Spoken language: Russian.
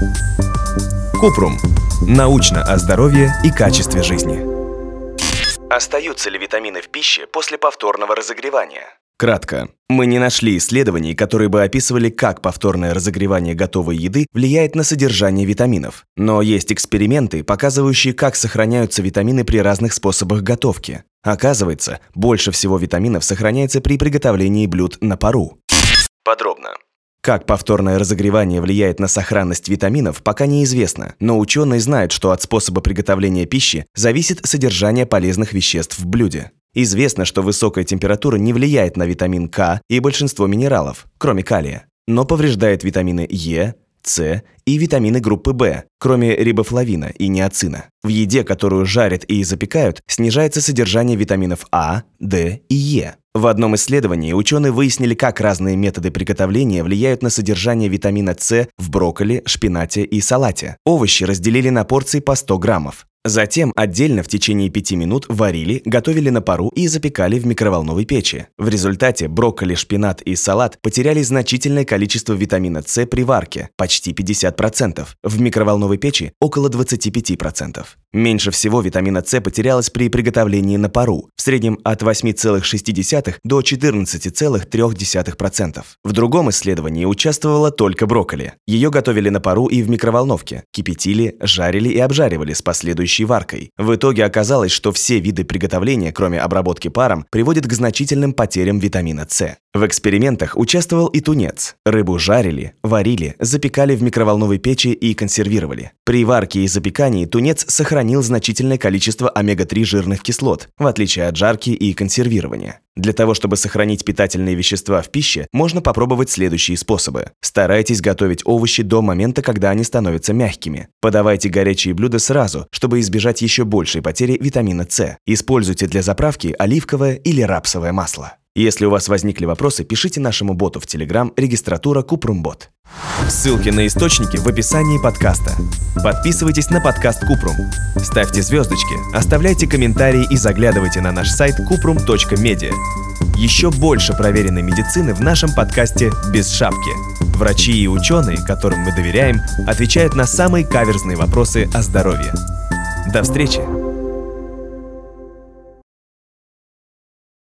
Купрум. Научно о здоровье и качестве жизни. Остаются ли витамины в пище после повторного разогревания? Кратко. Мы не нашли исследований, которые бы описывали, как повторное разогревание готовой еды влияет на содержание витаминов. Но есть эксперименты, показывающие, как сохраняются витамины при разных способах готовки. Оказывается, больше всего витаминов сохраняется при приготовлении блюд на пару. Подробно. Как повторное разогревание влияет на сохранность витаминов, пока неизвестно, но ученые знают, что от способа приготовления пищи зависит содержание полезных веществ в блюде. Известно, что высокая температура не влияет на витамин К и большинство минералов, кроме калия, но повреждает витамины Е, С и витамины группы В, кроме рибофлавина и ниацина. В еде, которую жарят и запекают, снижается содержание витаминов А, Д и Е. В одном исследовании ученые выяснили, как разные методы приготовления влияют на содержание витамина С в брокколи, шпинате и салате. Овощи разделили на порции по 100 граммов. Затем отдельно в течение 5 минут варили, готовили на пару и запекали в микроволновой печи. В результате брокколи, шпинат и салат потеряли значительное количество витамина С при варке – почти 50%, в микроволновой печи – около 25%. Меньше всего витамина С потерялось при приготовлении на пару, в среднем от 8,6 до 14,3%. В другом исследовании участвовала только брокколи. Ее готовили на пару и в микроволновке, кипятили, жарили и обжаривали с последующей варкой. В итоге оказалось, что все виды приготовления, кроме обработки паром, приводят к значительным потерям витамина С. В экспериментах участвовал и тунец. Рыбу жарили, варили, запекали в микроволновой печи и консервировали. При варке и запекании тунец сохранил значительное количество омега-3 жирных кислот, в отличие от жарки и консервирования. Для того, чтобы сохранить питательные вещества в пище, можно попробовать следующие способы. Старайтесь готовить овощи до момента, когда они становятся мягкими. Подавайте горячие блюда сразу, чтобы избежать еще большей потери витамина С. Используйте для заправки оливковое или рапсовое масло. Если у вас возникли вопросы, пишите нашему боту в Telegram регистратура Купрумбот. Ссылки на источники в описании подкаста. Подписывайтесь на подкаст Купрум. Ставьте звездочки, оставляйте комментарии и заглядывайте на наш сайт kuprum.media. Еще больше проверенной медицины в нашем подкасте «Без шапки». Врачи и ученые, которым мы доверяем, отвечают на самые каверзные вопросы о здоровье. До встречи!